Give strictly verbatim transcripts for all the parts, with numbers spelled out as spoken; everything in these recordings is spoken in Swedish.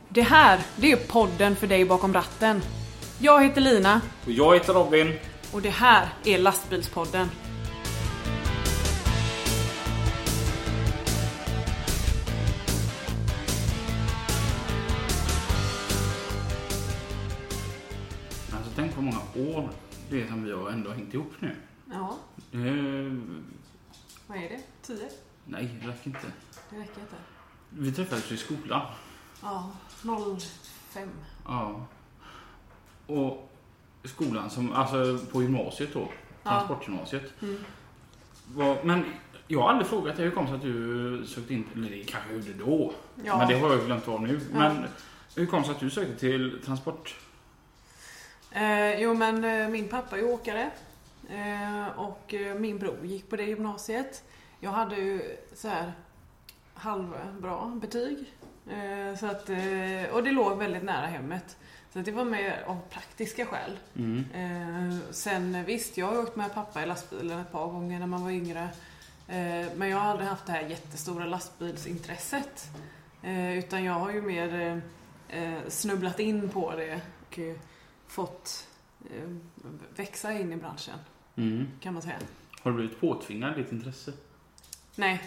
Det här, det är podden för dig bakom ratten. Jag heter Lina. Och jag heter Robin. Och det här är Lastbilspodden. Alltså tänk på många år det som vi har ändå hängt ihop nu. Ja. Det... Vad är det? Tio? Nej, det räcker inte. Det räcker inte. Vi träffades i skolan. Ja, noll fem. Ja. Och skolan som, alltså på gymnasiet då. Transportgymnasiet. Mm. Var, men jag har aldrig frågat dig hur kom det att du sökte in, eller det kanske gjorde då. Ja. Men det har jag glömt av nu. Ja. Men hur kom det att du sökte till transport? Eh, jo men eh, min pappa är åkare. Eh, och eh, min bror gick på det gymnasiet. Jag hade ju så här halvbra betyg. Eh, så att, eh, och det låg väldigt nära hemmet. Så att det var mer av praktiska skäl. Mm. Eh, sen visst, jag har åkt med pappa i lastbilen ett par gånger när man var yngre. Eh, men jag har aldrig haft det här jättestora lastbilsintresset. Eh, utan jag har ju mer eh, snubblat in på det och eh, fått eh, växa in i branschen, Mm. kan man säga. Har du blivit påtvingad ditt intresse? Nej,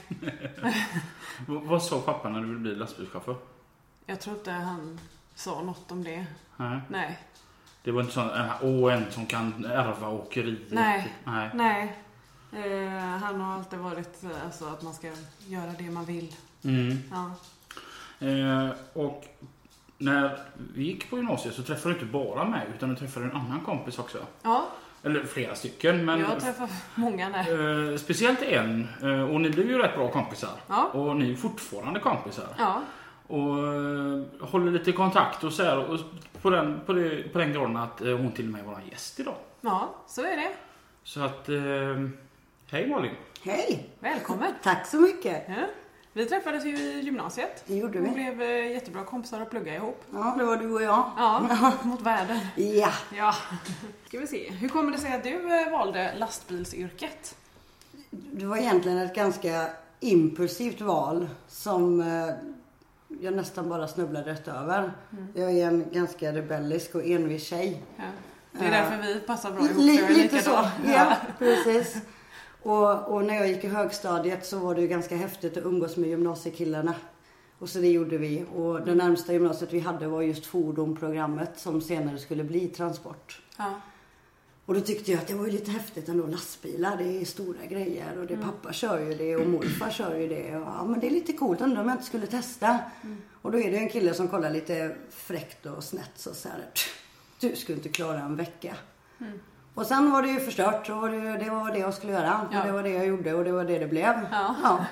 vad, vad sa pappa när du ville bli lastbilschaufför? jag tror inte han sa något om det. Nej. Nej, Det var inte sån, åh, en som kan ärva åkeriet. Nej. Nej. nej. Eh, han har alltid varit eh, alltså, att man ska göra det man vill. Mm. Ja. Eh, och när vi gick på gymnasiet så träffade du inte bara mig utan du träffade en annan kompis också. Ja, Eller flera stycken. Men jag träffar många där. eh, speciellt en. Eh, och ni blev ju rätt bra kompisar. Ja. Och ni är fortfarande kompisar. Ja, Och eh, håller lite kontakt och så här. Och på den, på, det, på den grunden att eh, hon till och med var en gäst idag. ja, så är det. Så att, eh, hej Malin. Hej! Välkommen. Tack så mycket. Ja. Vi träffades ju i gymnasiet. Det gjorde Vi vi. blev eh, jättebra kompisar och plugga ihop. Ja, det var du och jag. Ja, mot världen. Ja. Ja. Ska vi se. Hur kommer det sig att du eh, valde lastbilsyrket? Det var egentligen ett ganska impulsivt val som eh, jag nästan bara snubblade rätt över. Mm. Jag är en ganska rebellisk och envis tjej. Ja. Det är därför vi passar bra ihop. L- Jag är lite så, likadan. ja, precis. Och, och när jag gick i högstadiet så var det ju ganska häftigt att umgås med gymnasiekillarna. Och så det gjorde vi. Och det närmsta gymnasiet vi hade var just fordonprogrammet som senare skulle bli transport. Ja. Och då tyckte jag att det var ju lite häftigt ändå, lastbilar, det är stora grejer och det mm. pappa kör ju det och morfar kör ju det. Och, ja, men det är lite coolt ändå om jag inte skulle testa. Mm. Och då är det en kille som kollar lite fräckt och snett så så här, du skulle inte klara en vecka. Mm. Och sen var det ju förstört och det, det var det jag skulle göra. Ja. Och det var det jag gjorde och det var det det blev. Ja. Ja.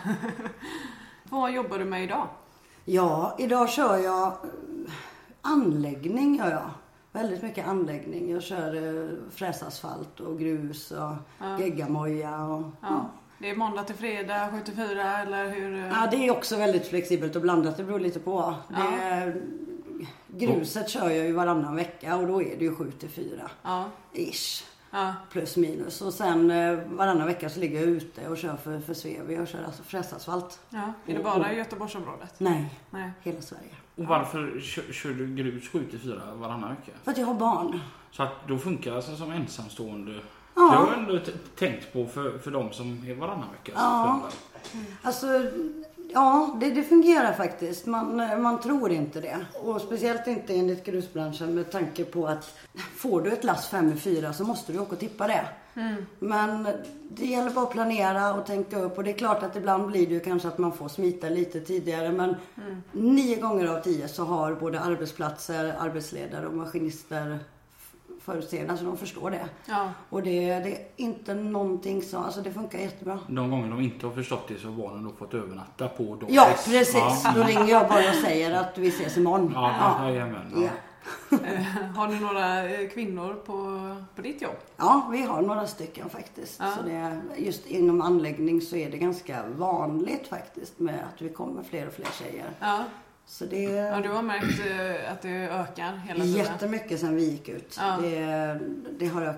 Vad jobbar du med idag? Ja, idag kör jag anläggning gör jag. Väldigt mycket anläggning. Jag kör eh, fräsasfalt och grus och ja. geggamoja. Och, ja. Ja. Det är måndag till fredag, sju till fyra eller hur? Ja, det är också väldigt flexibelt och blandat. Det beror lite på. Ja. Det, gruset kör jag ju varannan vecka och då är det ju sju till fyra. Ja. Ish. Ja. Plus minus. Och sen eh, varannan vecka så ligger jag ute och kör för, för Svevi. Jag kör alltså fräsasfalt. Ja. Är det bara i Göteborgsområdet? Nej, Nej, hela Sverige. Och varför kör, kör du grus sju till fyra varannan vecka? För att jag har barn. Så att då funkar det alltså som ensamstående. Ja. Det har jag ändå t- tänkt på för, för de som är varannan vecka. Ja. Mm. Alltså, ja, det, det fungerar faktiskt. Man, man tror inte det. Och speciellt inte enligt grusbranschen med tanke på att får du ett lass fem i fyra så måste du åka och tippa det. Mm. Men det gäller bara att planera och tänka upp. Och det är klart att ibland blir det ju kanske att man får smita lite tidigare. Men mm. nio gånger av tio så har både arbetsplatser, arbetsledare och maskinister förutseende, så de förstår det. Ja. Och det, det är inte någonting så, alltså det funkar jättebra. De gånger de inte har förstått det så har barnen då fått övernatta på dagis. Ja, precis. Ja. Då ringer jag bara och säger att vi ses imorgon. Ja, ja. Ja. Ja. Ja. Har ni några kvinnor på, på ditt jobb? Ja, vi har några stycken faktiskt. Ja. Så det, just inom anläggning så är det ganska vanligt faktiskt med att vi kommer fler och fler tjejer. Ja. Så det Ja, du har märkt eh, att det ökar hela tiden. Jättemycket sen vi gick ut. Ja. Det, det har ökat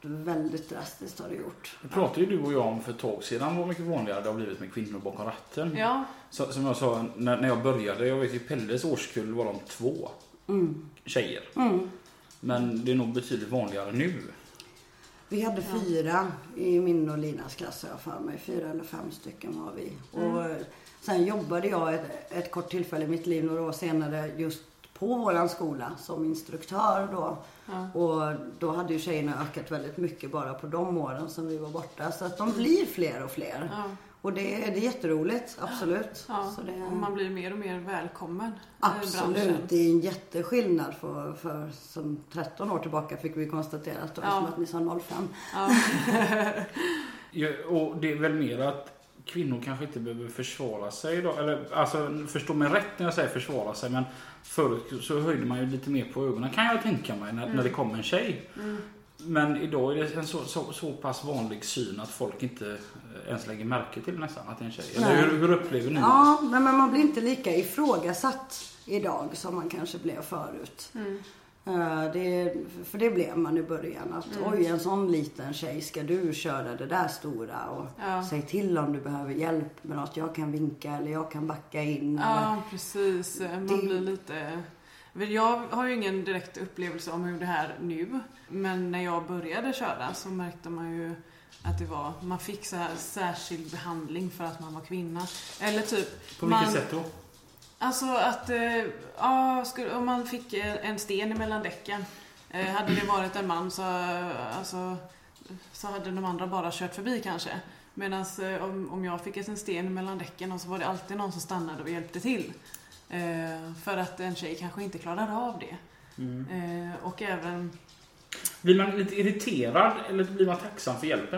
väldigt drastiskt har det gjort. Det pratade ju du och jag om för ett tag sedan hur mycket vanligare det har blivit med kvinnor bakom ratten. Ja. Så, som jag sa, när, när jag började, jag vet i Pelles årskull var de två mm. tjejer. Mm. Men det är nog betydligt vanligare nu. Vi hade fyra i min och Linas klass, jag för mig. Fyra eller fem stycken var vi. Mm. Och sen jobbade jag ett, ett kort tillfälle i mitt liv några år senare just på våran skola som instruktör då. Ja. Och då hade ju tjejerna ökat väldigt mycket bara på de åren som vi var borta. Så att de blir fler och fler. Ja. Och det, det är jätteroligt, absolut. Ja. Så det, och man blir mer och mer välkommen. Absolut, det är en jätteskillnad för, för som tretton år tillbaka fick vi konstatera att, ja. Som att ni sa noll fem. Ja. Ja, och det är väl mer att kvinnor kanske inte behöver försvara sig då, eller alltså förstå mig rätt när jag säger försvara sig, men förut så höjde man ju lite mer på ögonen kan jag tänka mig när, mm. när det kom en tjej. Mm. Men idag är det en så, så, så pass vanlig syn att folk inte ens lägger märke till nästan att det är en tjej. Eller hur, hur upplever ni ja, det? Ja, men man blir inte lika ifrågasatt idag som man kanske blev förut. Mm. Uh, det, för det blev man i början att mm. oj, en sån liten tjej, ska du köra det där stora och ja. Säg till om du behöver hjälp med något, jag kan vinka eller jag kan backa in. Ja, eller, precis. Man det... blir lite... Jag har ju ingen direkt upplevelse om hur det här nu, men när jag började köra så märkte man ju att det var, man fick så här särskild behandling för att man var kvinna. Eller typ... På vilket man, sätt då? Alltså att ja, skulle, om man fick en sten emellan däcken, eh, hade det varit en man så, alltså, så hade de andra bara kört förbi kanske. Medan om, om jag fick en sten emellan däcken och så var det alltid någon som stannade och hjälpte till. Eh, för att en tjej kanske inte klarar av det. Mm. Eh, och även... Blir man lite irriterad eller blir man tacksam för hjälpen?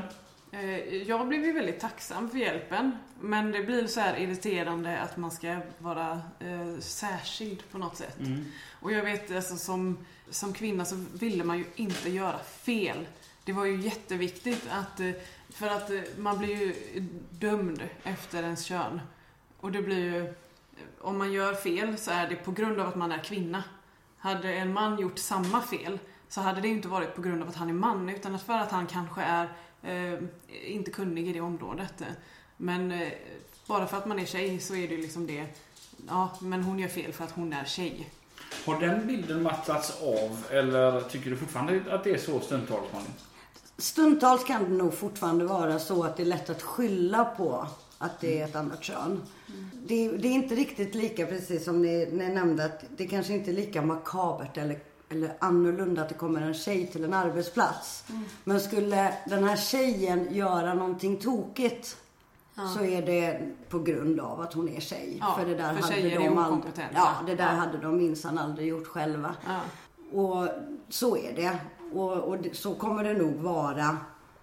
Jag blev ju väldigt tacksam för hjälpen, men det blir så här irriterande att man ska vara eh, särskild på något sätt. Mm. Och jag vet, alltså, som, som kvinna så ville man ju inte göra fel. Det var ju jätteviktigt att, för att man blir ju dömd efter ens kön. Och det blir ju, om man gör fel så är det på grund av att man är kvinna. Hade en man gjort samma fel så hade det inte varit på grund av att han är man, utan för att han kanske är Eh, inte kunnig i det området. Men eh, bara för att man är tjej så är det liksom det. Ja, men hon gör fel för att hon är tjej. Har den bilden mattats av eller tycker du fortfarande att det är så stundtals, Malin? Stundtals kan det nog fortfarande vara så att det är lätt att skylla på att det är ett annat kön. Mm. Det, det är inte riktigt lika, precis som ni, ni nämnde, att det kanske inte är lika makabert eller eller annorlunda att det kommer en tjej till en arbetsplats. Mm. Men skulle den här tjejen göra någonting tokigt ja. Så är det på grund av att hon är tjej. Ja, för det där för hade tjejer de är aldrig, ja, det där ja. hade de minsann aldrig gjort själva. Ja. Och så är det. Och, och det, så kommer det nog vara.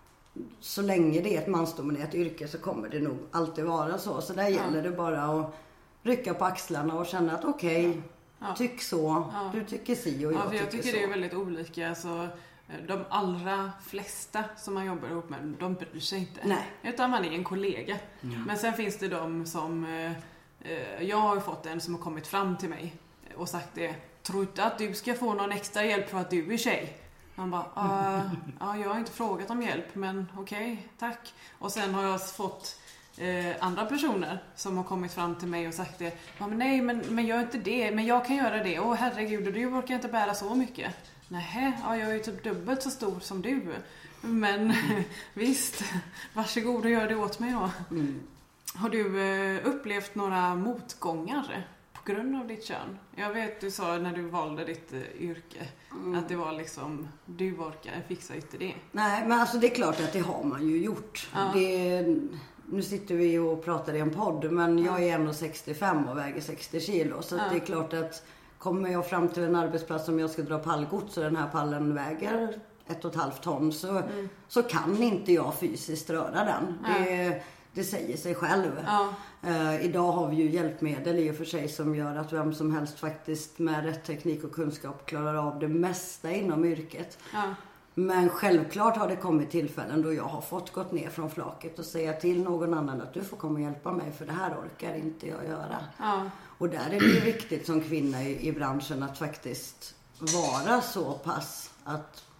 Så länge det är ett mansdominerat yrke så kommer det nog alltid vara så. Så där ja. Gäller det bara att rycka på axlarna och känna att okej, okay, ja. Tyck så, ja. Du tycker si och jag, ja, för jag tycker, tycker så. Det är väldigt olika. Alltså, de allra flesta som man jobbar ihop med, de bryr sig inte. Nej. Utan man är en kollega. Mm. Men sen finns det de som... Eh, jag har ju fått en som har kommit fram till mig och sagt det. Tror inte att du ska få någon extra hjälp för att du är tjej. Man bara, uh, ja, jag har inte frågat om hjälp, men okej, okay, tack. Och sen har jag fått... Eh, andra personer som har kommit fram till mig och sagt det. Ja, men nej, men, men gör inte det. Men jag kan göra det. Åh herregud, du orkar inte bära så mycket. Nej, ja, jag är ju typ dubbelt så stor som du. Men visst, varsågod och gör det åt mig då. Mm. Har du eh, upplevt några motgångar på grund av ditt kön? Jag vet, du sa när du valde ditt eh, yrke mm. att det var liksom, du orkar fixa inte det. Nej, men alltså det är klart att det har man ju gjort. Ja. Det Nu sitter vi och pratar i en podd, men jag är en komma sextiofem och väger sextio kilo. Så ja. Det är klart att kommer jag fram till en arbetsplats som jag ska dra pallgods och den här pallen väger ett och ett halvt ton så, mm. så kan inte jag fysiskt röra den. Ja. Det, det säger sig själv. Ja. Uh, idag har vi ju hjälpmedel i och för sig som gör att vem som helst faktiskt med rätt teknik och kunskap klarar av det mesta inom yrket. Ja. Men självklart har det kommit tillfällen då jag har fått gått ner från flaket och säga till någon annan att du får komma och hjälpa mig för det här orkar inte jag göra. Ja. Och där är det ju viktigt som kvinna i, i branschen att faktiskt vara så pass att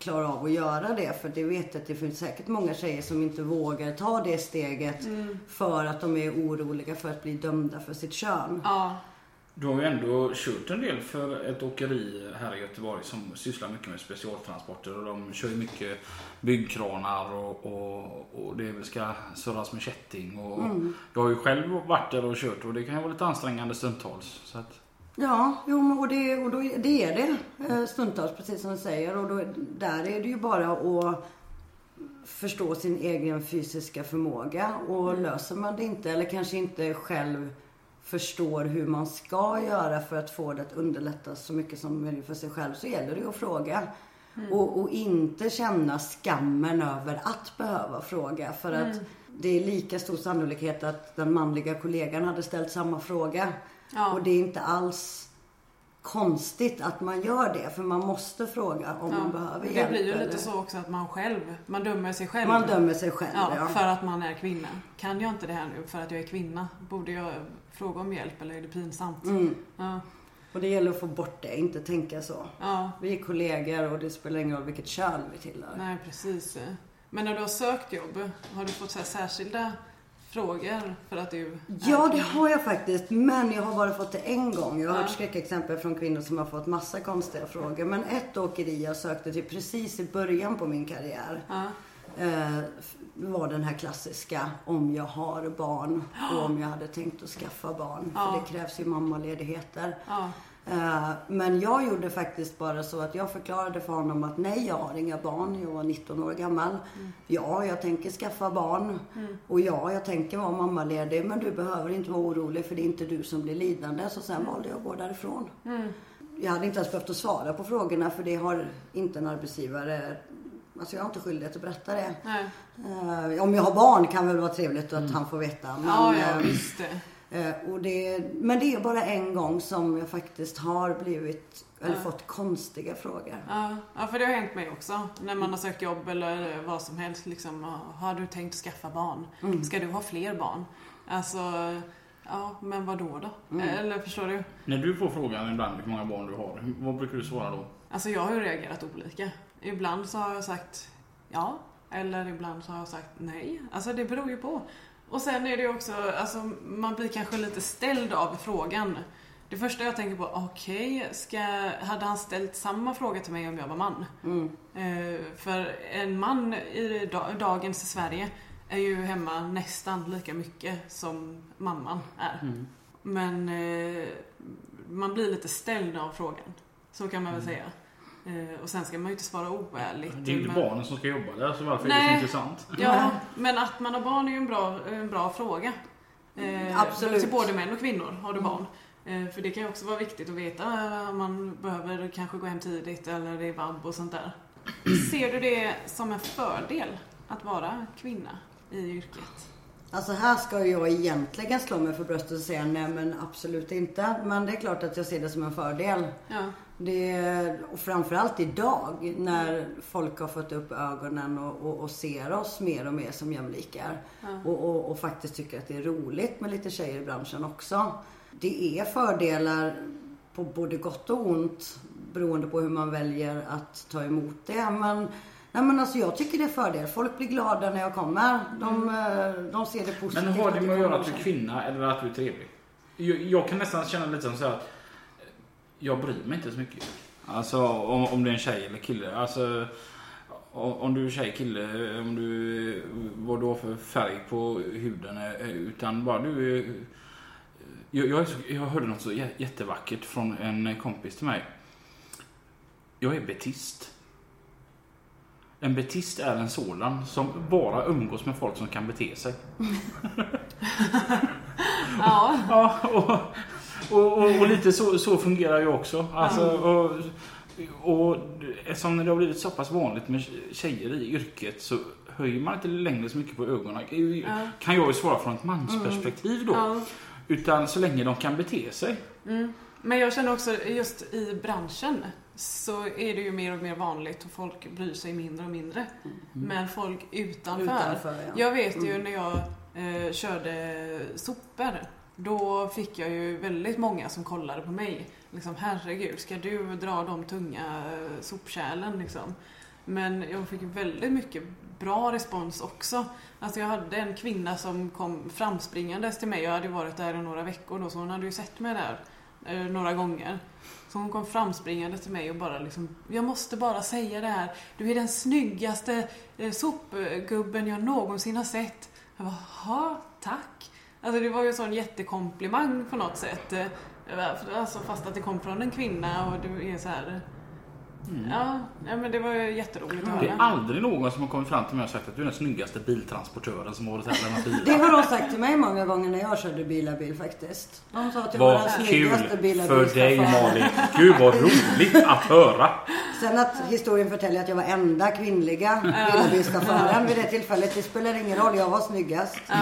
klarar av att göra det. För det vet att det finns säkert många tjejer som inte vågar ta det steget mm. för att de är oroliga för att bli dömda för sitt kön. Ja. Du har ju ändå kört en del för ett åkeri här i Göteborg som sysslar mycket med specialtransporter och de kör ju mycket byggkranar och, och, och det ska surras med kätting och mm. jag har ju själv varit där och kört och det kan ju vara lite ansträngande stundtals. Så att... Ja, jo, och, det, och då, det är det stundtals precis som du säger och då, där är det ju bara att förstå sin egen fysiska förmåga och mm. löser man det inte eller kanske inte själv förstår hur man ska göra för att få det att underlätta så mycket som möjligt för sig själv så gäller det att fråga. Mm. Och, och inte känna skammen över att behöva fråga. För att mm. det är lika stor sannolikhet att den manliga kollegan hade ställt samma fråga. Ja. Och det är inte alls konstigt att man gör det. För man måste fråga om ja. man behöver hjälp. Det blir ju eller... lite så också att man själv, man dömer sig själv. Man dömer sig själv, ja, ja. För att man är kvinna. Kan jag inte det här nu för att jag är kvinna? Borde jag fråga om hjälp eller är det pinsamt? Mm. Ja. Och det gäller att få bort det, inte tänka så. Ja. Vi är kollegor och det spelar ingen roll vilket kön vi tillhör. Nej, precis. Men när du har sökt jobb, har du fått så här särskilda frågor för att du... Ja, det har jag faktiskt. Men jag har bara fått det en gång. Jag har ja. hört skräckexempel från kvinnor som har fått massa konstiga frågor. Men ett åkeri jag sökte till precis i början på min karriär. Ja. Eh, var den här klassiska om jag har barn och om jag hade tänkt att skaffa barn. Ja. För det krävs ju mammaledigheter. Ja. Eh, men jag gjorde faktiskt bara så att jag förklarade för honom att nej, jag har inga barn. Jag var nitton år gammal. Mm. Ja, jag tänker skaffa barn. Mm. Och ja, jag tänker vara mammaledig. Men du behöver inte vara orolig för det är inte du som blir lidande. Så sen valde jag att gå därifrån. Mm. Jag hade inte ens behövt att svara på frågorna för det har inte en arbetsgivare... Alltså jag har inte skyldighet att berätta det. Uh, om jag har barn kan väl vara trevligt att mm. han får veta. Men, ja, ja, visst det. Uh, och det. Men det är bara en gång som jag faktiskt har blivit, eller ja. fått konstiga frågor. Ja. ja, för det har hänt mig också. När man har sökt jobb eller vad som helst. Liksom, har du tänkt skaffa barn? Mm. Ska du ha fler barn? Alltså... Ja, men vad då då? Mm. Eller förstår du? När du får frågan ibland hur många barn du har, vad brukar du svara då? Alltså jag har ju reagerat olika. Ibland så har jag sagt ja, eller ibland så har jag sagt nej. Alltså det beror ju på. Och sen är det också, alltså man blir kanske lite ställd av frågan. Det första jag tänker på, okej, okay, ska hade han ställt samma fråga till mig om jag var man? Mm. Eh, för en man i dagens Sverige är ju hemma nästan lika mycket som mamman är. Mm. Men eh, man blir lite ställd av frågan. Så kan man väl säga. Eh, och sen ska man ju inte svara oärligt. Det är ju inte men... barnen som ska jobba där, så varför Nej. är det så intressant? Ja, men att man har barn är ju en bra, en bra fråga. Eh, Absolut. Till både män och kvinnor har du barn. Eh, för det kan ju också vara viktigt att veta om man behöver kanske gå hem tidigt eller det är vabb och sånt där. Ser du det som en fördel att vara kvinna i yrket? Alltså här ska jag egentligen slå mig för bröstet och säga nej men absolut inte. Men det är klart att jag ser det som en fördel. Ja. Det, och framförallt idag när folk har fått upp ögonen och, och, och ser oss mer och mer som jämlikar. Ja. Och, och, och faktiskt tycker att det är roligt med lite tjejer i branschen också. Det är fördelar på både gott och ont beroende på hur man väljer att ta emot det. Men nej men alltså jag tycker det är fördel. Folk blir glada när jag kommer. De, mm. de ser det positivt. Men har det med att göra att du är kvinna eller att du är trevlig? Jag, jag kan nästan känna lite som så här att jag bryr mig inte så mycket. Alltså om, om det är en tjej eller kille. Alltså om du är tjej, kille, om du vad du har för färg på huden. Utan bara du är... Jag, jag, är så, jag hörde något så jättevackert från en kompis till mig. Jag är betist. En betist är en sådan som bara umgås med folk som kan bete sig. Ja. Ja och, och, och, och lite så, så fungerar jag också. Alltså, och, och eftersom det har blivit så pass vanligt med tjejer i yrket så höjer man inte längre så mycket på ögonen. Ja. Kan jag ju svara från ett mansperspektiv då. Ja. Utan så länge de kan bete sig. Mm. Men jag känner också just i branschen så är det ju mer och mer vanligt och folk bryr sig mindre och mindre. Mm. Men folk utanför. utanför ja. Jag vet ju mm. när jag eh, körde sopor. Då fick jag ju väldigt många som kollade på mig. Liksom, herregud, ska du dra de tunga sopkärlen liksom? Men jag fick väldigt mycket bra respons också. Alltså jag hade en kvinna som kom framspringandes till mig. Jag hade varit där i några veckor då, så hon hade ju sett mig där eh, några gånger. Så hon kom framspringande till mig och bara liksom, jag måste bara säga det här. Du är den snyggaste eh, sopgubben jag någonsin har sett. Jag bara, ha, tack. Alltså det var ju en sån jättekomplimang på något sätt. Eh, alltså fast att det kom från en kvinna och det är så här... Mm. Ja, ja, men det var ju jätteroligt att höra. Det är aldrig någon som har kommit fram till mig och sagt att du är den snyggaste biltransportören som har varit här med bilar. Det har de sagt till mig många gånger när jag körde bilabil faktiskt. De sa att jag var den snyggaste bilabilschauffören. För dig, Malin. Gud vad roligt att höra. Sen att historien förtäljer att jag var enda kvinnliga bilabilschauffören vid det tillfället. Det spelar ingen roll, jag var snyggast. Ja.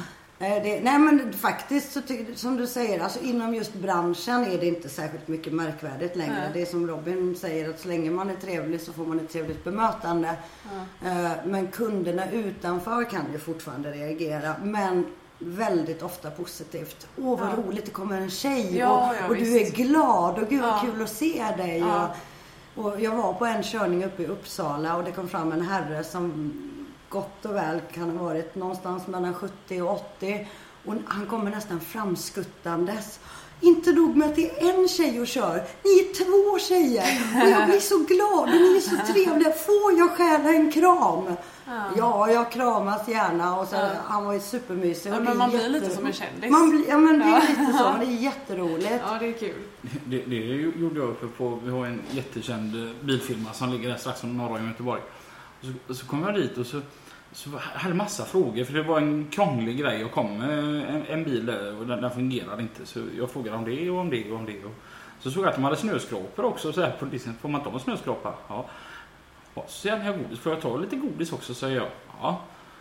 Det, nej men faktiskt så ty, som du säger, alltså inom just branschen är det inte särskilt mycket märkvärdigt längre. Nej. Det är som Robin säger, att så länge man är trevlig så får man ett trevligt bemötande. Ja. Men kunderna utanför kan ju fortfarande reagera, men väldigt ofta positivt. Åh vad ja. roligt, det kommer en tjej ja, och, ja, och du är glad och gud vad ja. kul att se dig. Ja. Och, och jag var på en körning uppe i Uppsala och det kom fram en herre som gott och väl kan ha varit någonstans mellan sjuttio och åttio. Och han kommer nästan framskuttandes. Inte nog med att det är en tjej och kör. Ni är två tjejer. Och jag blir så glad och ni är så trevliga. Får jag stjäla en kram? Ja, ja jag kramas gärna. Och så, ja. Han var ju supermysig. Ja, men man jätte... blir lite som en kändis. Man blir, ja men det är lite så. Det är jätteroligt. Ja det är kul. Det, det gjorde jag uppe på. Vi har en jättekänd bilfirma som ligger där strax från norra i Göteborg. Och så, så kom jag dit och så Så jag hade massa frågor, för det var en krånglig grej. Jag kom med en, en bil där och den, den fungerade inte. Så jag frågade om det och om det och om det. Och så såg jag att de hade snöskrapor också. Så här, polisen, får man ta en snöskrapa? Ja. Ja, så säger jag godis. Får jag ta lite godis också, säger jag. Ja.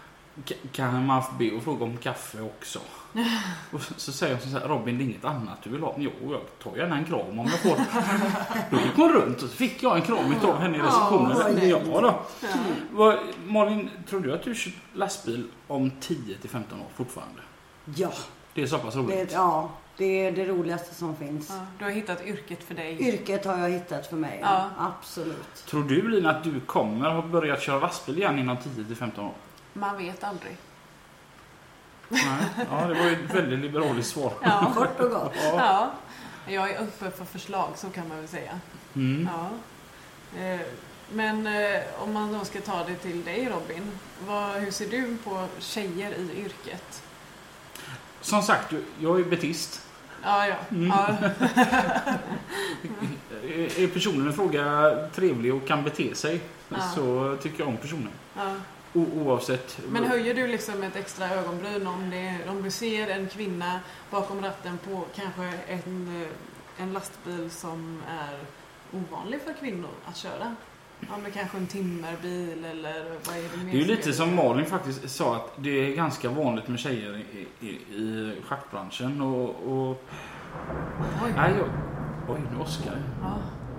K- kan man be och fråga om kaffe också? Och så, så säger jag så här, Robin, det är inget annat du vill ha. Jo, jag tar gärna en kram om jag får. Då gick hon runt och så fick jag en kram utav henne i receptionen. Ja, ja då. Ja. Vad, Malin, tror du att du kör lastbil om tio till femton år fortfarande? Ja. Det är så pass roligt. Det, ja, det är det roligaste som finns. Ja, du har hittat yrket för dig. Yrket har jag hittat för mig, ja. Absolut. Tror du, Lina, att du kommer ha börjat köra lastbil igen inom tio till femton år? Man vet aldrig. Nej, ja, det var ju ett väldigt liberaliskt svar. Ja, kort och gott. Ja. Ja, jag är uppe för förslag, så kan man väl säga. Mm. Ja. Men om man då ska ta det till dig, Robin, vad, hur ser du på tjejer i yrket? Som sagt, jag är betist. Ja, ja. Mm. Ja. Är personen en fråga trevlig och kan bete sig, ja. Så tycker jag om personen. Ja. O- oavsett. Men höjer du liksom ett extra ögonbryn om, det, om du ser en kvinna bakom ratten på kanske en, en lastbil som är ovanlig för kvinnor att köra? Ja, men kanske en timmerbil eller vad är det mer? Det är ju lite som Malin faktiskt sa, att det är ganska vanligt med tjejer i, i, i schackbranschen och... och... Oj. Nej, jag... Oj, nu åskar det. Ja.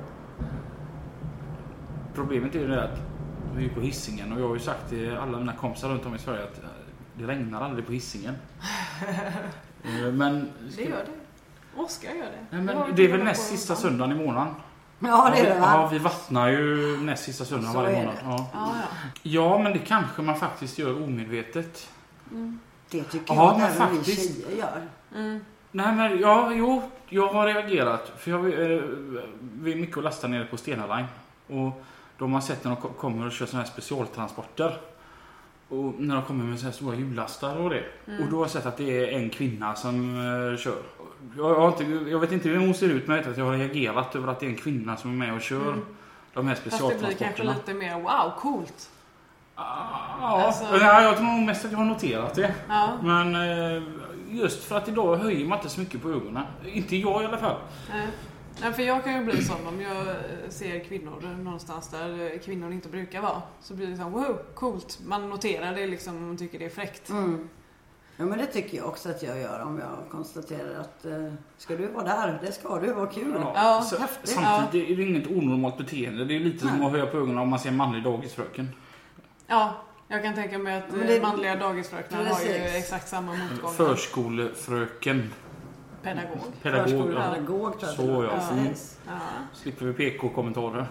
Problemet är ju det att vi är på Hisingen och jag har ju sagt till alla mina kompisar runt om i Sverige att det regnar aldrig på Hisingen. Men... Det gör det. Oskar gör det. Nej, men det är väl näst sista söndagen i månaden. Ja, det är det, va? Ja, vi vattnar ju näst sista söndagen varje månad. Ja. Ja, ja. Ja, men det kanske man faktiskt gör omedvetet. Mm. Det tycker ja, jag även vi tjejer gör. Mm. Nej, men ja, jo, jag har reagerat. För jag, vi är mycket att lasta nere på Stena Line. Och de har sett när de kommer och kör såna här specialtransporter. Och när de kommer med så här stora hjulastar och det. Mm. Och då har jag sett att det är en kvinna som uh, kör. Jag, har inte, jag vet inte hur hon ser ut, men jag vet att jag har reagerat över att det är en kvinna som är med och kör mm. de här specialtransporterna. Fast det blir kanske lite mer, wow, coolt. Ja, alltså... ja, jag tror nog mest att jag har noterat det. Ja. Men uh, just för att idag höjer man inte så mycket på ögonen. Inte jag i alla fall. Nej. Nej, för jag kan ju bli sån om jag ser kvinnor någonstans där kvinnor inte brukar vara. Så blir det så, wow, coolt. Man noterar det liksom och man tycker det är fräckt. Mm. Ja, men det tycker jag också att jag gör om jag konstaterar att eh, ska du vara där, det ska du, vara kul. Ja, ja, så, samtidigt är det inget onormalt beteende. Det är lite Nej. som att höja på ögonen om man ser en manlig dagisfröken. Ja, jag kan tänka mig att det, manliga dagisfröknar har ju exakt samma motgångar. Förskolefröken. Pedagog. Pedagog, Pedagog, ja. Så, ja. Ja. Ja. Slipper vi P K-kommentarer.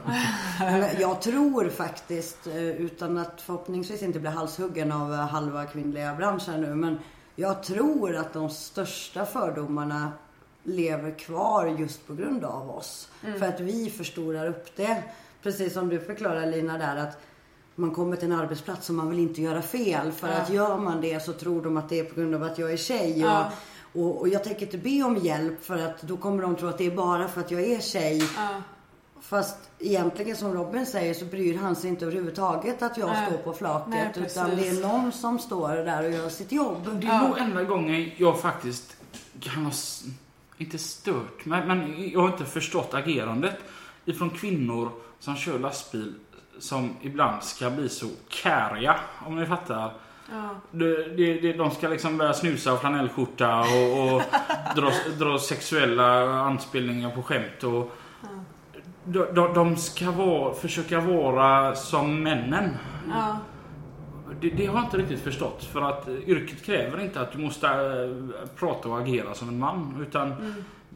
Jag tror faktiskt, utan att förhoppningsvis inte bli halshuggen av halva kvinnliga branschen nu, men jag tror att de största fördomarna lever kvar just på grund av oss. Mm. För att vi förstorar upp det. Precis som du förklarar, Lina, där att man kommer till en arbetsplats och man vill inte göra fel. För ja. att gör man det så tror de att det är på grund av att jag är tjej. Ja. Och, och, och jag tänker inte be om hjälp, för att då kommer de tro att det är bara för att jag är tjej. Ja. Fast egentligen, som Robin säger, så bryr han sig inte överhuvudtaget att jag Nej. står på flaket. Nej, utan det är någon som står där och gör sitt jobb. Det är ja. nog enda gången jag faktiskt kan ha, inte stört mig, men jag har inte förstått agerandet ifrån kvinnor som kör lastbil, som ibland ska bli så käriga, om ni fattar. Ja. Det, det, det, de ska liksom börja snusa av flanellskjorta och, och dra, dra sexuella anspelningar på skämt. Och ja. de, de, de ska vara, försöka vara som männen. Ja. Det, det har jag inte riktigt förstått. För att yrket kräver inte att du måste äh, prata och agera som en man. Utan mm.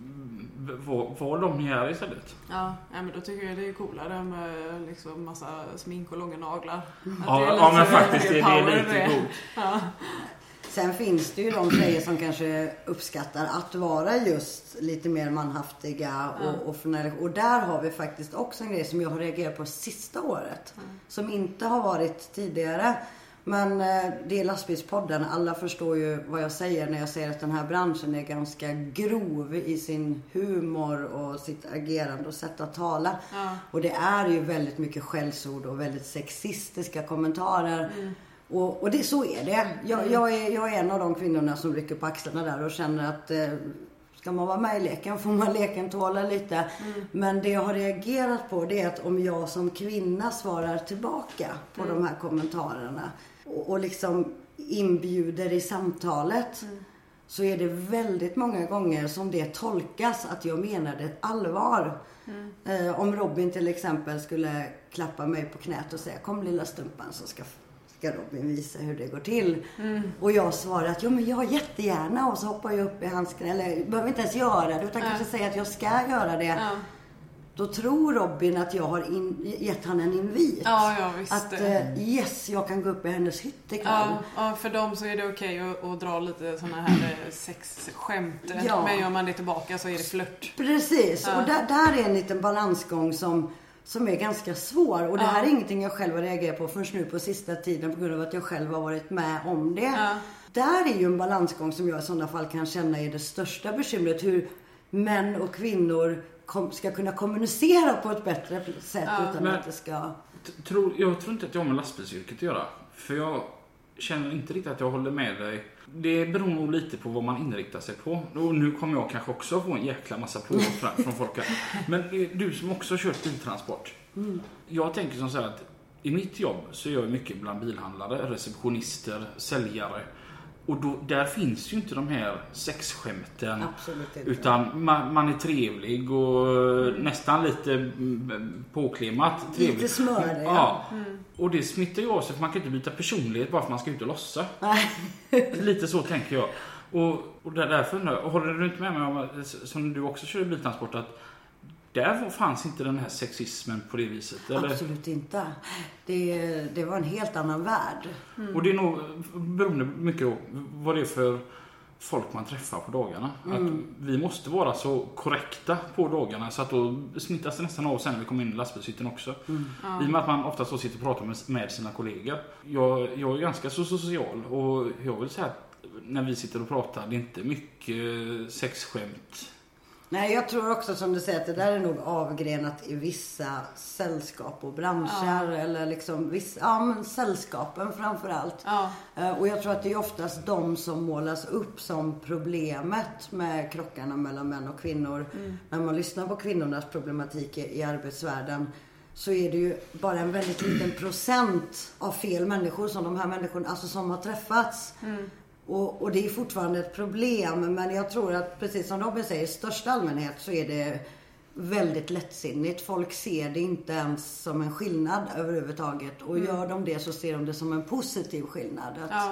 Var, var de ni är istället? Ja, men då tycker jag det är coolare med liksom massa smink och långa naglar. Mm. Ja, ja, men faktiskt det, det är lite coolt. Ja. Sen finns det ju de tjejer som kanske uppskattar att vara just lite mer manhaftiga. Ja. Och, och, och där har vi faktiskt också en grej som jag har reagerat på sista året. Mm. Som inte har varit tidigare. Men det är lastbilspodden. Alla förstår ju vad jag säger när jag säger att den här branschen är ganska grov i sin humor och sitt agerande och sätt att tala. Ja. Och det är ju väldigt mycket skällsord och väldigt sexistiska kommentarer. Mm. Och, och det, så är det. Jag, mm. jag, är, jag är en av de kvinnorna som rycker på axlarna där och känner att eh, ska man vara med i leken får man leken tåla lite. Mm. Men det jag har reagerat på, det är att om jag som kvinna svarar tillbaka på mm. de här kommentarerna och, och liksom inbjuder i samtalet, mm. så är det väldigt många gånger som det tolkas att jag menar det allvar. Mm. Eh, om Robin till exempel skulle klappa mig på knät och säga kom lilla stumpan, så ska ska Robin visa hur det går till. Mm. Och jag svarar att jo, men jag jättegärna, och så hoppar jag upp i handsken, eller behöver inte ens göra det utan ja. kanske säga att jag ska göra det. Ja. Då tror Robin att jag har in, gett han en invit. Ja, ja, visst. Att eh, yes, jag kan gå upp i hennes hytt ikväll. Ja, ja, för dem så är det okej att, att dra lite såna här sexskämt. Ja. Men gör man det tillbaka så är det flört. Precis, ja. och där, där är en liten balansgång som som är ganska svår. Och det här ja. är ingenting jag själv har reagerat på förrän nu på sista tiden på grund av att jag själv har varit med om det. Ja. Där är ju en balansgång som jag i sådana fall kan känna är det största bekymret. Hur män och kvinnor kom, ska kunna kommunicera på ett bättre sätt ja. utan Men, att det ska... Tror, jag tror inte att jag har med lastbilsyrket att göra. För jag känner inte riktigt att jag håller med dig. Det beror nog lite på vad man inriktar sig på. Och nu kommer jag kanske också få en jäkla massa på från folk här. Men du som också har kört biltransport. Mm. Jag tänker som så här att i mitt jobb så gör jag mycket bland bilhandlare, receptionister, säljare. Och då, där finns ju inte de här sexskämten. Absolut inte. Utan man, man är trevlig och mm. nästan lite påklimmat. Trevlig. Lite smör, ja. ja. Mm. Och det smittar ju av sig, för man kan inte byta personlighet bara för att man ska ut och lossa. Lite så tänker jag. Och, och därför håller du inte med mig om, som du också kör i biltransport, att där fanns inte den här sexismen på det viset? Eller? Absolut inte. Det, det var en helt annan värld. Mm. Och det är nog beroende mycket på vad det är för folk man träffar på dagarna. Mm. Att vi måste vara så korrekta på dagarna så att då smittas det nästan av sen när vi kommer in i lastbilshytten också. Mm. Ja. I och med att man ofta så sitter och pratar med, med sina kollegor. Jag, jag är ganska så social och jag vill säga att när vi sitter och pratar, det är inte mycket sexskämt. Nej, jag tror också som du säger att det där är nog avgrenat i vissa sällskap och branscher. Ja. Eller liksom vissa, ja men sällskapen framförallt. Ja. Och jag tror att det är oftast de som målas upp som problemet med krockarna mellan män och kvinnor. Mm. När man lyssnar på kvinnornas problematik i arbetsvärlden, så är det ju bara en väldigt liten procent av fel människor som de här människorna, alltså som har träffats. Mm. Och, och det är fortfarande ett problem, men jag tror att precis som Robin säger, i största allmänhet så är det väldigt lättsinnigt. Folk ser det inte ens som en skillnad överhuvudtaget, och mm. gör de det så ser de det som en positiv skillnad. Att ja.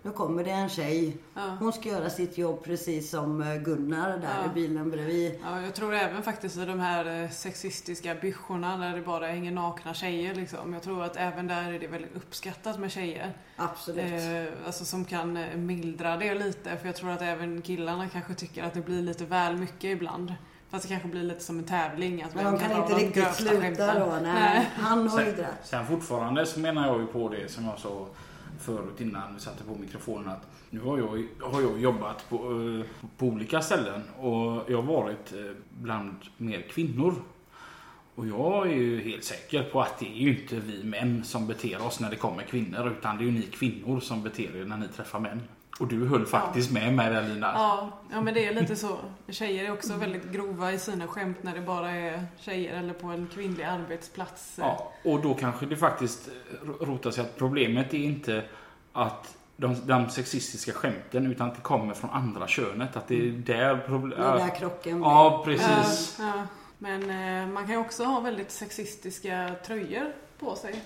Då kommer det en tjej. Ja. Hon ska göra sitt jobb precis som Gunnar där Ja. i bilen bredvid. Ja, jag tror även faktiskt i de här sexistiska byschorna där det bara hänger nakna tjejer liksom. Jag tror att även där är det väldigt uppskattat med tjejer. Absolut. Eh, alltså som kan mildra det lite. För jag tror att även killarna kanske tycker att det blir lite väl mycket ibland. Fast det kanske blir lite som en tävling. Att men de kan inte riktigt sluta då. Nej. Nej. Han har ju det. Sen fortfarande så menar jag ju på det som jag sa förut innan vi satte på mikrofonen. Att nu har jag, har jag jobbat på, på olika ställen. Och jag har varit bland mer kvinnor. Och jag är ju helt säker på att det är ju inte vi män som beter oss när det kommer kvinnor. Utan det är ju ni kvinnor som beter er när ni träffar män. Och du höll faktiskt ja. med mig där, Lina. Ja, ja, men det är lite så. Tjejer är också väldigt grova i sina skämt när det bara är tjejer eller på en kvinnlig arbetsplats. Ja, och då kanske det faktiskt rotar sig att problemet är inte att de, de sexistiska skämten utan att det kommer från andra könet. Att det är där problemet... Det är där krocken. Ja, precis. Ja, ja. Men eh, man kan ju också ha väldigt sexistiska tröjor på sig.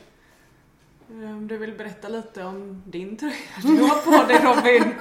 Om du vill berätta lite om din tröja du har på dig, Robin.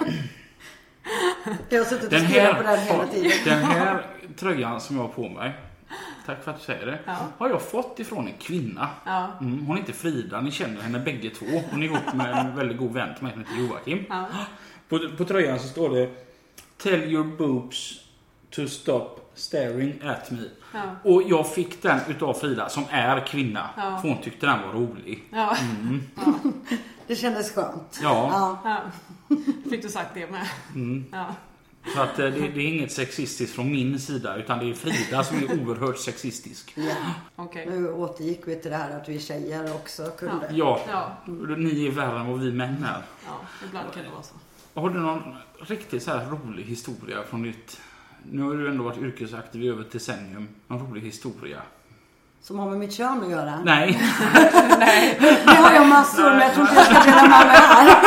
Jag har suttit och skrivit på den hela tiden. Den här tröjan som jag har på mig, tack för att du säger det, ja. har jag fått ifrån en kvinna. Ja. Mm, hon är inte Frida, ni känner henne bägge två. Hon är ihop med en väldigt god vän till mig som heter Joakim. Ja. På, på tröjan så står det Tell your boobs to stop staring at me. Ja. Och jag fick den utav Frida som är kvinna. Ja. För hon tyckte den var rolig. Ja. Mm. Ja. Det kändes skönt. Ja. Ja. Ja. Fick du sagt det med? Mm. Ja. Så att det, det är inget sexistiskt från min sida utan det är Frida som är oerhört sexistisk. Ja. Okay. Nu återgick vi till det här att vi tjejer också kunde. Ja, ja. Ni är värre än vad vi män är. Ja, ibland kan det vara så. Har du någon riktigt så här rolig historia från ditt... Nu har du ändå varit yrkesaktiv i över ett decennium. Någon rolig historia? Som har med mitt kön att göra? Nej. Nej. Det har jag massor men jag tror inte jag ska dela med mig här.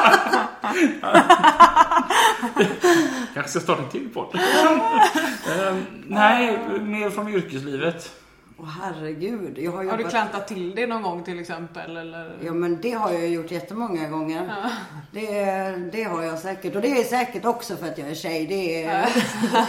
Kanske ska starta en till podd. um, nej, mer från yrkeslivet. Åh herregud. Jag har, har du jobbat... klantat till det någon gång till exempel? Eller? Ja men det har jag gjort jättemånga gånger. Ja. Det, det har jag säkert. Och det är säkert också för att jag är tjej. Det är... Ja.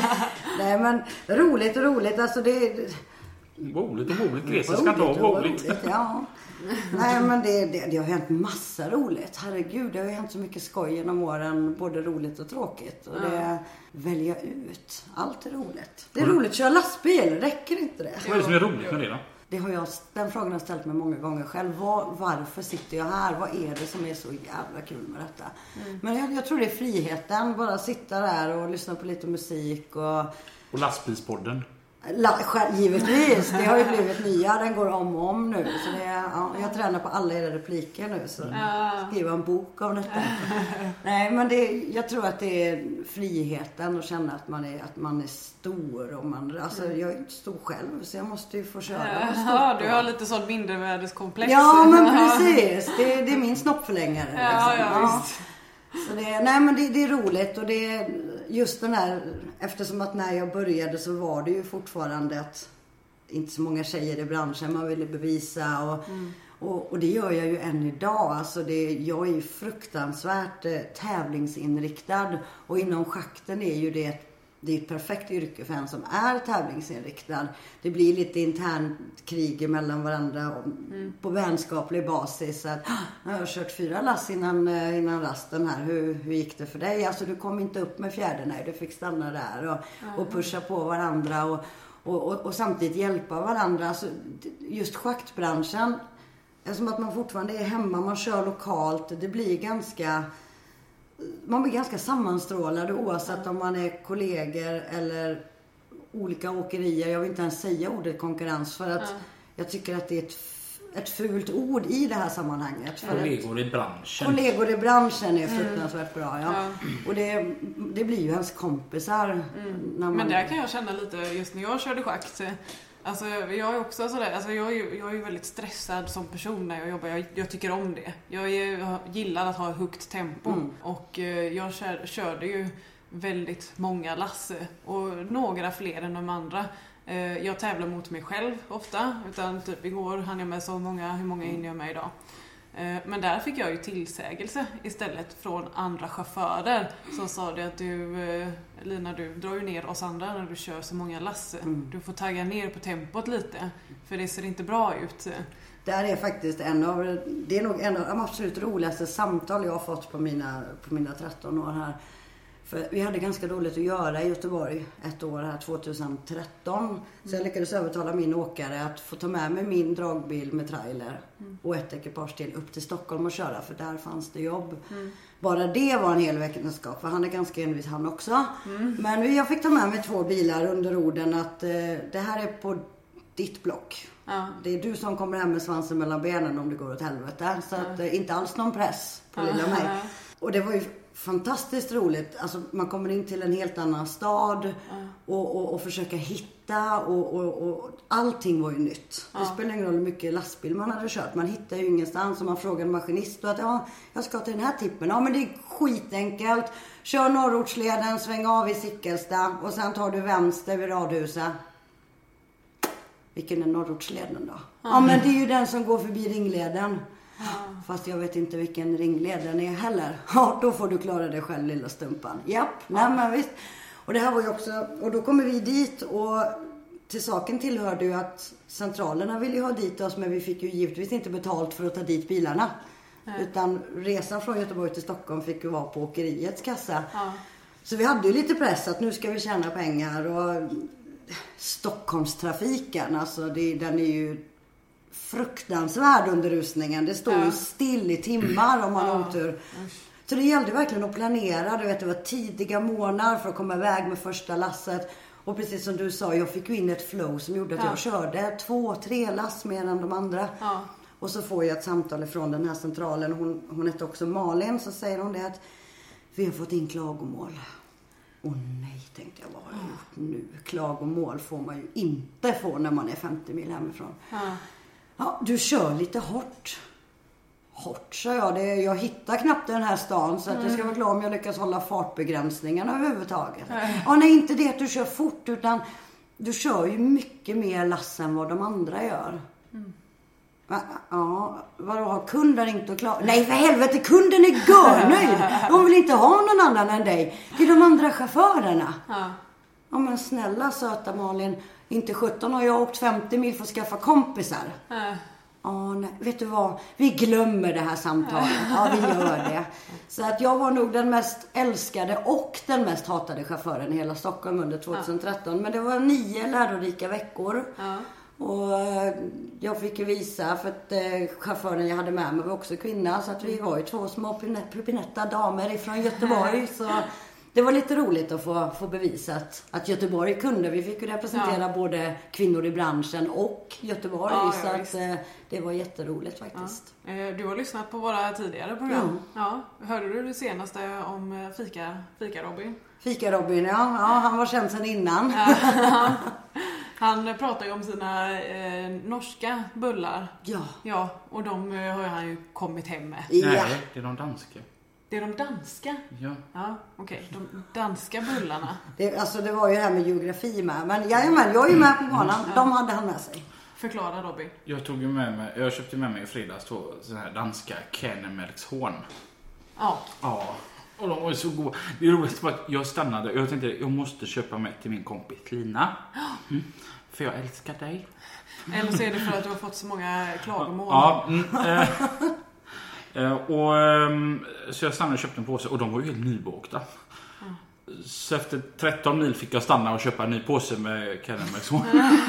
Nej men roligt och roligt. Alltså det... Roligt och roligt. Gresa ska inte ha roligt. roligt. Ja. Nej men det, det, det har hänt massa roligt. Herregud, det har hänt så mycket skoj genom åren. Både roligt och tråkigt. Och ja. det välja ut. Allt är roligt. Det är roligt att köra lastbil. Räcker inte det? Vad är det som är roligt med det då? Det har jag, den frågan har jag ställt mig många gånger själv. Var, varför sitter jag här? Vad är det som är så jävla kul med detta? Mm. Men jag, jag tror det är friheten. Bara sitta där och lyssna på lite musik. Och, och lastbilspodden. La, givetvis, det har ju blivit nya. Den går om och om nu. Så det är, ja, jag tränar på alla era repliker nu. Så ja. skriva en bok om detta. Nej men det, jag tror att det är friheten. Och känna att man är, att man är stor. Och man, alltså, jag är inte stor själv. Så jag måste ju få köra. Ja, du har lite sån mindervärdeskomplex. Ja men precis. Det, det är min snoppförlängare. Ja, liksom. ja, ja. visst. Så det, nej men det, det är roligt. Och det är just den här. Eftersom att när jag började så var det ju fortfarande att inte så många tjejer i branschen man ville bevisa. Och, mm. och, och det gör jag ju än idag. Alltså det, jag är ju fruktansvärt eh, tävlingsinriktad. Och inom schakten är ju det det är ett perfekt yrke för en som är tävlingsinriktad. Det blir lite intern krig mellan varandra och, mm. på vänskaplig basis. Att, jag har kört fyra lass innan, innan rasten här. Hur, hur gick det för dig? Alltså du kom inte upp med fjärde, nej. Du fick stanna där och, mm. och pusha på varandra och, och, och, och samtidigt hjälpa varandra. Alltså, just schaktbranschen, som att man fortfarande är hemma, man kör lokalt. Det blir ganska... Man blir ganska sammanstrålad oavsett mm. om man är kollegor eller olika åkerier. Jag vill inte ens säga ordet konkurrens för att mm. jag tycker att det är ett, ett fult ord i det här sammanhanget. För kollegor i branschen. Kollegor i branschen är fruktansvärt mm. bra, ja. ja. Och det, det blir ju ens kompisar. Mm. När man... Men där kan jag känna lite, just när jag körde schakt. Alltså jag är också sådär, alltså jag är ju jag är väldigt stressad som person när jag jobbar. Jag, jag tycker om det. Jag, är, jag gillar att ha högt tempo. Mm. Och eh, jag kör, körde ju väldigt många lass. Och några fler än de andra. Eh, jag tävlar mot mig själv ofta. Utan typ igår hann jag med så många, hur många hinner jag med idag? Men där fick jag ju tillsägelse istället från andra chaufförer som sa det att du, Lina, du drar ju ner oss andra när du kör så många lass. Mm. Du får tagga ner på tempot lite, för det ser inte bra ut. Det här är faktiskt en av, det är nog en av de absolut roligaste samtal jag har fått på mina, på mina tretton år här. För vi hade ganska dåligt att göra i Göteborg ett år här, tjugohundratretton. Så jag lyckades övertala min åkare att få ta med mig min dragbil med trailer och ett ekipage till upp till Stockholm och köra. För där fanns det jobb. Mm. Bara det var en hel vetenskap, för han är ganska envis han också. Mm. Men jag fick ta med mig två bilar under orden att eh, det här är på ditt block. Ja. Det är du som kommer hem med svansen mellan benen om det går åt helvete. Så att, eh, inte alls någon press på lilla mig. Och det var ju fantastiskt roligt. Alltså, man kommer in till en helt annan stad mm. och, och, och försöka hitta och, och, och allting var ju nytt. Mm. Det spelar ingen roll hur mycket lastbil man hade kört. Man hittar ju ingenstans, och man frågar en maskinist och att ja, jag ska till den här tippen. Ja, men det är skitenkelt. Kör Norrortsleden, sväng av i Sickelsta och sen tar du vänster vid Radhuset. Vilken är Norrortsleden då? Mm. Ja, men det är ju den som går förbi Ringleden. Mm. Fast jag vet inte vilken ringleden är heller. Ja, då får du klara dig själv, lilla stumpan. Japp, nej men visst. Och det här var ju också, och då kommer vi dit, och till saken tillhörde ju att centralerna ville ju ha dit oss, men vi fick ju givetvis inte betalt för att ta dit bilarna. Mm. Utan resan från Göteborg till Stockholm fick ju vara på åkeriets kassa. Mm. Så vi hade ju lite press att nu ska vi tjäna pengar, och Stockholmstrafiken, alltså det, den är ju fruktansvärd under rusningen. Det står ja. ju still i timmar om man har ja. otur. Så det gällde verkligen att planera. Du vet, det var tidiga månader för att komma iväg med första lasset. Och precis som du sa, jag fick ju in ett flow som gjorde att ja. jag körde två, tre lass mer än de andra. Ja. Och så får jag ett samtal ifrån den här centralen. Hon, hon heter också Malin, så säger hon det att vi har fått in klagomål. Åh nej, tänkte jag, vad har jag gjort nu? Klagomål får man ju inte få när man är femtio mil hemifrån. Ja. Ja, du kör lite hårt. Hårt, sa jag. Det, jag hittar knappt den här stan, så att jag ska vara glad om jag lyckas hålla fartbegränsningarna överhuvudtaget. Mm. Ja, nej, inte det att du kör fort, utan du kör ju mycket mer lass än vad de andra gör. Mm. Ja, ja, vadå, har kunden inte att klara? Nej, för helvete, kunden är görnöjd. De vill inte ha någon annan än dig. Det är de andra chaufförerna. Ja, ja men snälla söta Malin, inte sjutton har jag åkt femtio mil för att skaffa kompisar. Ja. Ja, nej, vet du vad? Vi glömmer det här samtalet. Ja, vi gör det. Så att jag var nog den mest älskade och den mest hatade chauffören i hela Stockholm under tjugohundratretton. Ja. Men det var nio lärorika veckor. Ja. Och jag fick ju visa, för att eh, chauffören jag hade med mig var också kvinna. Så att vi var ju två små pupinetta damer ifrån Göteborg. Så det var lite roligt att få, få bevisat att Göteborg kunde. Vi fick ju representera ja. både kvinnor i branschen och Göteborg. Ja, så att, eh, det var jätteroligt faktiskt. Ja. Du har lyssnat på våra tidigare program. Ja. Ja. Hörde du det senaste om Fika, Fika Robin? Fika Robin, ja. ja. Han var känd sedan innan. Ja. Han pratar ju om sina eh, norska bullar. Ja. Ja, och de eh, har han ju kommit hem med. Ja. Nej, det är de danska. Det är de danska? Ja. Ja, okej. Okay. De danska bullarna. Det, alltså det var ju här med geografi med. Men jajamän, jag är ju med på banan. Ja. De hade han med sig. Förklara Robin. Jag tog ju med mig, jag köpte med mig i fredags två sådana här danska Kännemärkshorn. Ja. Ja. Och de var så goda. Det är roligt att jag stannade. Jag tänkte jag måste köpa med till min kompis Lina. Mm. För jag älskar dig. Eller så är det för att du har fått så många klagomål. Ja. Mm, eh, eh, och, eh, så jag stannade och köpte en påse. Och de var ju helt nybåkta. Mm. Så efter tretton mil fick jag stanna och köpa en ny påse med Kännemärkshorn.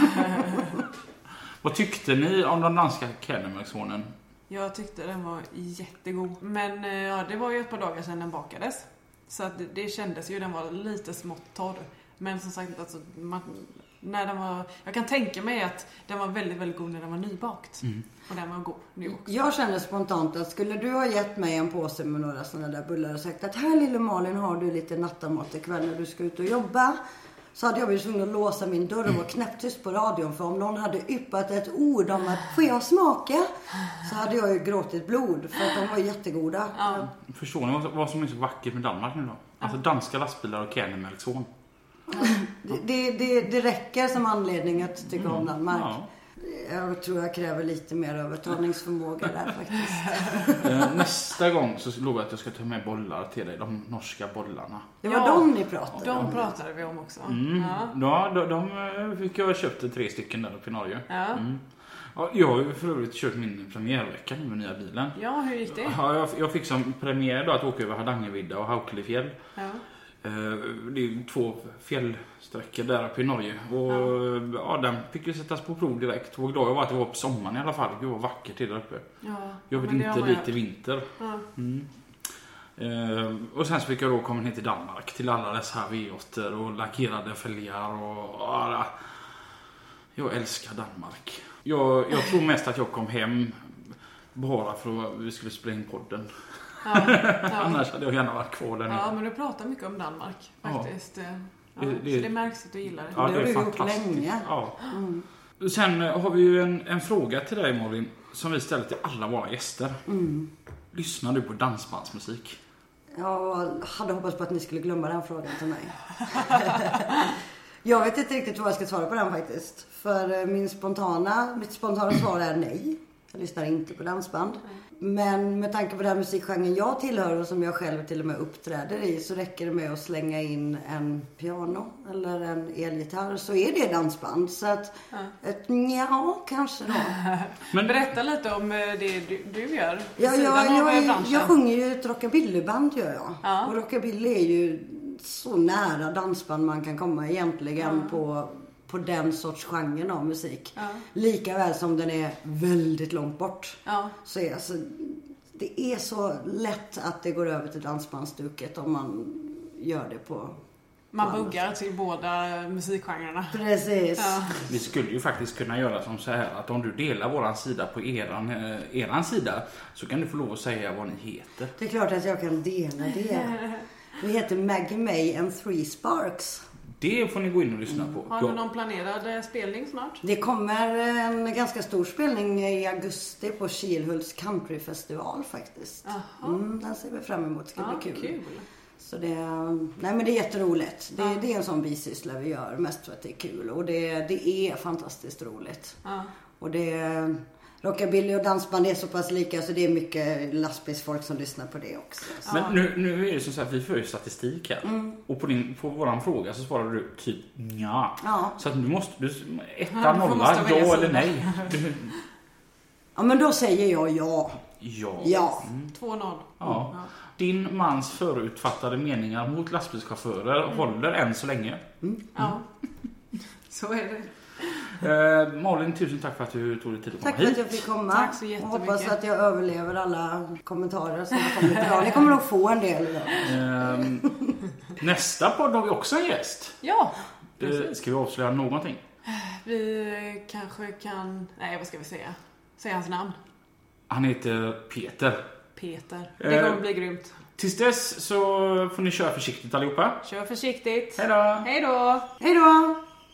Vad tyckte ni om de danska Kännemärkshornen? Jag tyckte den var jättegod. Men ja, det var ju ett par dagar sedan den bakades. Så att det, det kändes ju, den var lite smått torr. Men som sagt, alltså, man, när den var, jag kan tänka mig att den var väldigt, väldigt god när den var nybakt. Mm. Och den var god nu också. Jag kände spontant att skulle du ha gett mig en påse med några sådana där bullar och sagt att här lille Malin har du lite nattamat ikväll när du ska ut och jobba. Så hade jag blivit tvungen att låsa min dörr och vara knäpptyst på radion. För om någon hade yppat ett ord om att får jag smaka? Så hade jag ju gråtit blod. För att de var jättegoda. Ja. Förstår ni vad, vad som är så vackert med Danmark nu då? Alltså danska lastbilar och Kännemärkshorn. Ja. Det, det, det räcker som anledning att tycka om Danmark. Ja. Jag tror jag kräver lite mer övertalningsförmåga där faktiskt. Nästa gång så lovar jag att jag ska ta med bollar till dig. De norska bollarna. Det var Ja, de ni pratade de om. De pratade vi om också. Mm. Ja. Ja, de, de fick jag köpt tre stycken där uppe i Norge. Ja. Mm. Ja, jag har ju för övrigt kört min premiärvecka nu med nya bilen. Ja, hur gick det? Ja, jag, jag fick som premiär då att åka över Hardangervidda och Haukelifjäll. Ja. Det är två fjällsträckor där uppe i Norge. Och ja. ja, den fick ju sättas på prov direkt. Och glad jag var att det var på sommaren i alla fall. Gud vad vackert det där uppe. Ja, jag vet inte dit i vinter. Ja. Mm. Uh, och sen så fick jag då komma ner till Danmark. Till alla dessa V åtta och lackerade fälgar. Och, ja, jag älskar Danmark. Jag, jag tror mest att jag kom hem bara för att vi skulle spela in podden. Ja, ja. Annars hade jag gärna varit kvar där nere. Ja, men du pratar mycket om Danmark faktiskt. Ja. Ja, Det- det- så det märks att du gillar det. Ja, Det det har är du gjort fantastiskt. länge. Ja. Mm. Sen har vi ju en, en fråga till dig, Malin, som vi ställer till alla våra gäster. Mm. Lyssnar du på dansbandsmusik? Jag hade hoppats på att ni skulle glömma den frågan till mig. Jag vet inte riktigt vad jag ska svara på den faktiskt. För min spontana, mitt spontana svar är nej. Jag lyssnar inte på dansband. Men med tanke på den musikgenren jag tillhör och som jag själv till och med uppträder i, så räcker det med att slänga in en piano eller en elgitarr, så är det dansband. Så att Ja. ett ja, kanske då. Men Berätta lite om det du, du gör. vid Ja, sidan jag, av jag, jag, branschen. jag sjunger ju ett rockabillyband gör jag. Ja. Och rockabilly är ju så nära dansband man kan komma egentligen Ja. på, på den sorts genren av musik. Ja. Lika väl som den är väldigt långt bort. Ja. Så är, alltså, det är så lätt att det går över till dansbandsstuket om man gör det på... Man på buggar till båda musikgenrerna. Precis. Ja. vi skulle ju faktiskt kunna göra som så här att om du delar våran sida på eran, eh, eran sida så kan du få lov att säga vad ni heter. Det är klart att jag kan dela det. Vi heter Maggie May and Three Sparks. Det får ni gå in och lyssna på. Har du Ja. någon planerad eh, spelning snart? Det kommer en ganska stor spelning i augusti på Kilhults countryfestival faktiskt. Jaha. Mm, den ser vi fram emot. Det ska Ja, bli kul. kul. Så det, nej men det är jätteroligt. Det, Ja. det är en sån bisyssla vi gör mest för att det är kul. Och det, det är fantastiskt roligt. Ja. Och det, rockabilly och dansband är så pass lika så det är mycket lastbilsfolk som lyssnar på det också. Så. Men nu, nu är det så att vi får ju statistik här. Mm. Och på, din, på våran fråga så svarar du typ ja. Ja. Så att du måste, du, Ja, etta, du får nolla, måste välja ja sida. eller nej. Du, Ja men då säger jag ja. ja. Ja. Mm. två noll. Ja. Din mans förutfattade meningar mot lastbilschaufförer Mm. håller än så länge. Ja. Så är det. Eh, Malin, tusen tack för att du tog dig tid att komma Tack för att hit. jag fick komma. Tack så och jättemycket. hoppas att jag överlever alla kommentarer som har kommit idag. Ni kommer nog få en del idag. Eh, nästa podd har vi också en gäst. Ja, Eh, ska vi avslöja någonting? vi kanske kan... Nej, vad ska vi säga? Säga hans namn. Han heter Peter. Peter. Det Eh. kommer bli grymt. Tills dess så får ni köra försiktigt allihopa. Kör försiktigt. Hej då! Hej då! Hej då!